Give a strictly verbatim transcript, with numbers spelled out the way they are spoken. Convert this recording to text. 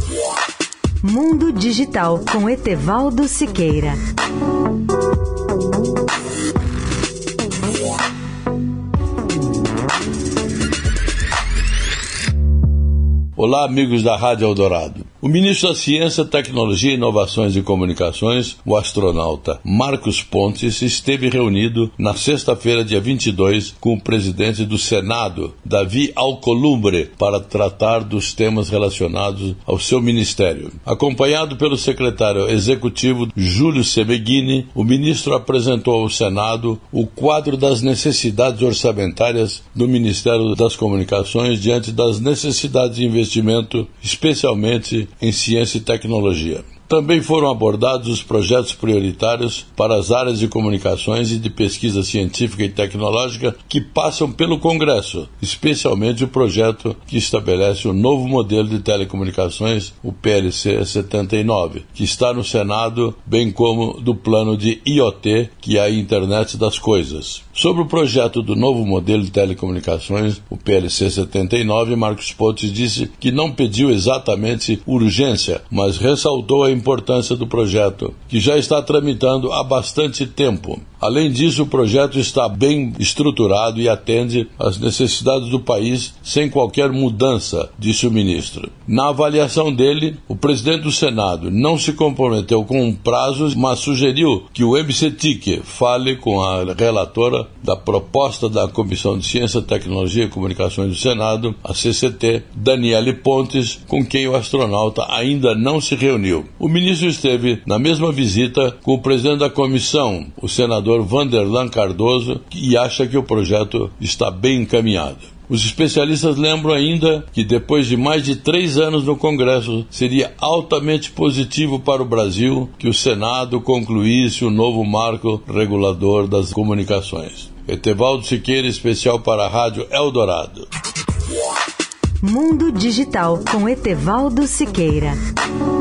Mundo Digital com Etevaldo Siqueira. Olá, amigos da Rádio Eldorado. O ministro da Ciência, Tecnologia, Inovações e Comunicações, o astronauta Marcos Pontes, esteve reunido na sexta-feira, dia vinte e dois, com o presidente do Senado, Davi Alcolumbre, para tratar dos temas relacionados ao seu ministério. Acompanhado pelo secretário executivo Júlio Semeghini, o ministro apresentou ao Senado o quadro das necessidades orçamentárias do Ministério das Comunicações diante das necessidades de investimento, especialmente em ciência e tecnologia. Também foram abordados os projetos prioritários para as áreas de comunicações e de pesquisa científica e tecnológica que passam pelo Congresso, especialmente o projeto que estabelece o novo modelo de telecomunicações, o P L C setenta e nove, que está no Senado, bem como do plano de I O T, que é a Internet das Coisas. Sobre o projeto do novo modelo de telecomunicações, o P L C setenta e nove, Marcos Pontes disse que não pediu exatamente urgência, mas ressaltou a importância do projeto, que já está tramitando há bastante tempo. Além disso, o projeto está bem estruturado e atende às necessidades do país sem qualquer mudança, disse o ministro. Na avaliação dele, o presidente do Senado não se comprometeu com um prazo, mas sugeriu que o M C T I C fale com a relatora da proposta da Comissão de Ciência, Tecnologia e Comunicações do Senado, a C C T, Daniele Pontes, com quem o astronauta ainda não se reuniu. O ministro esteve na mesma visita com o presidente da comissão, o senador Vanderlan Cardoso, e acha que o projeto está bem encaminhado. Os especialistas lembram ainda que depois de mais de três anos no Congresso, seria altamente positivo para o Brasil que o Senado concluísse o novo marco regulador das comunicações. Etevaldo Siqueira, especial para a Rádio Eldorado. Mundo Digital com Etevaldo Siqueira.